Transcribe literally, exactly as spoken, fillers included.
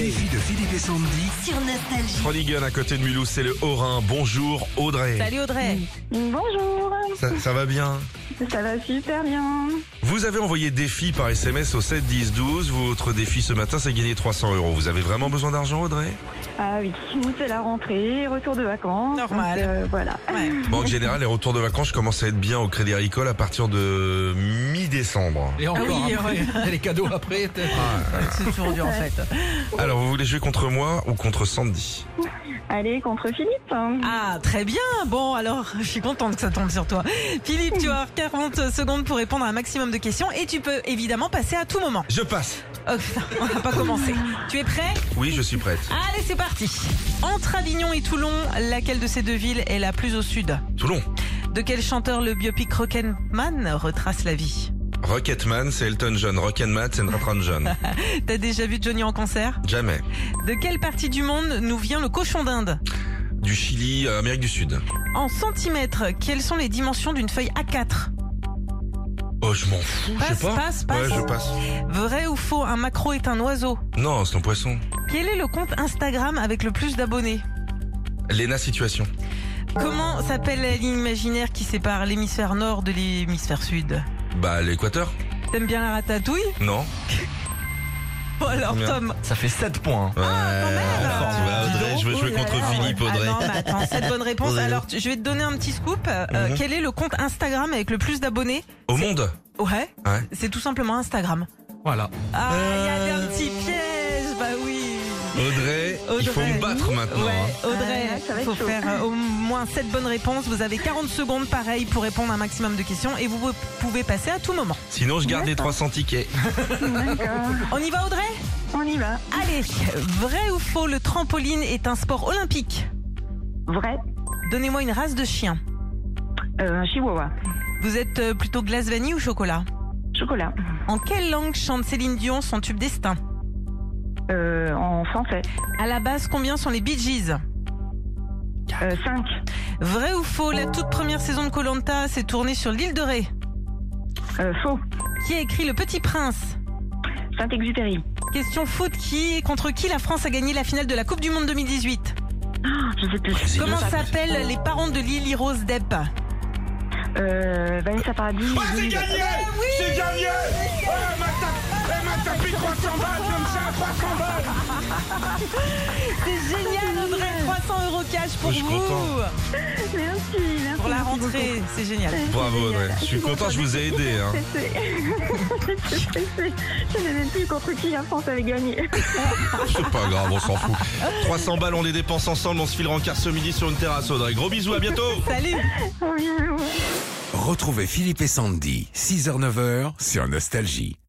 défi de Philippe et Sandy sur Nostalgie. Cronigan à côté de Mulhouse, c'est le Haut-Rhin. Bonjour Audrey. Salut Audrey. Bonjour, Ça, ça va bien? ça va super bien. Vous avez envoyé défi par S M S au sept dix douze. Votre défi ce matin, c'est gagner trois cents euros. Vous avez vraiment besoin d'argent, Audrey? Ah oui, c'est la rentrée, retour de vacances. Normal. donc, euh, voilà. Ouais. Bon, en général, les retours de vacances, je commence à être bien au Crédit Agricole à partir de mi-décembre. Et encore Ah oui, après, et les cadeaux après. t'es- C'est toujours dur en fait. Alors, vous voulez jouer contre moi ou contre Sandy? Allez, contre Philippe. Ah, très bien. Bon, alors, je suis contente que ça tombe sur toi. Philippe, tu vas avoir quarante secondes pour répondre à un maximum de questions et tu peux évidemment passer à tout moment. Je passe. Oh putain, on n'a pas commencé. Tu es prêt? Oui, je suis prête. Allez, c'est parti. Entre Avignon et Toulon, laquelle de ces deux villes est la plus au sud? Toulon. De quel chanteur le biopic Rocketman retrace la vie? Rocketman, c'est Elton John. Rocketman, c'est Elton John. T'as déjà vu Johnny en concert? Jamais. De quelle partie du monde nous vient le cochon d'Inde? Du Chili, euh, Amérique du Sud. En centimètres, quelles sont les dimensions d'une feuille A quatre? Oh, je m'en fous, je Passe, sais pas. passe, passe. Ouais, je passe. Vrai ou faux, un maquereau est un oiseau? Non, c'est un poisson. Quel est le compte Instagram avec le plus d'abonnés? Léna Situation. Comment s'appelle la ligne imaginaire qui sépare l'hémisphère nord de l'hémisphère sud? Bah, l'équateur? T'aimes bien la ratatouille? Non. Oh alors Combien? Tom. Ça fait sept points. Ouais, même. tu vois, Audrey, je veux jouer Oh là contre là. Philippe, Audrey. Ah non, mais attends, cette bonne réponse. Audrey. Alors, tu- je vais te donner un petit scoop. Euh, Mhm. Quel est le compte Instagram avec le plus d'abonnés? Au monde? Ouais, Ouais. c'est tout simplement Instagram. Voilà. Ah, il y avait un petit piège. Bah oui. Audrey, il faut Audrey. me battre maintenant. Ouais, hein. Audrey, Ah, ça va il faut être chaud. faire euh, au moins sept bonnes réponses. Vous avez quarante secondes, pareil, pour répondre à un maximum de questions et vous pouvez passer à tout moment. Sinon, je garde les trois cents tickets. D'accord, On y va, Audrey? on y va. Allez, vrai ou faux, le trampoline est un sport olympique? Vrai, Donnez-moi une race de chien. euh, un chihuahua. Vous êtes euh, plutôt glace vanille ou chocolat? Chocolat, En quelle langue chante Céline Dion son tube Destin? euh, en français. À la base, combien sont les Bee Gees? Euh, cinq, Vrai ou faux, la toute première saison de Koh-Lanta s'est tournée sur l'île de Ré? euh, faux. Qui a écrit Le Petit Prince? Saint-Exupéry. Question foot, qui contre qui la France a gagné la finale de la Coupe du Monde deux mille dix-huit? Je sais plus. Brésil. Comment s'appellent les parents de Lily Rose Depp? Euh, Vanessa Paradis. Ah, c'est Julie- gagné! C'est gagné! Oh, elle m'a tapé, elle m'a tapé trois cents balles comme ça, trois cents balles! C'est génial, Audrey, trois cents euros cash pour Je suis vous. content. Merci, merci. Pour la merci rentrée, beaucoup. c'est génial. Bravo, C'est Audrey. génial. Je suis content, je vous ai aidé. Hein. C'est- c'est- c'est- c'est- Je ne sais même plus contre qui la France avait gagné. C'est pas grave, on s'en fout. trois cents balles, on les dépense ensemble, on se file en quart ce midi sur une terrasse, Audrey. Gros bisous, à bientôt! Salut. Oui, oui. Retrouvez Philippe et Sandy, six heures neuf heures sur Nostalgie.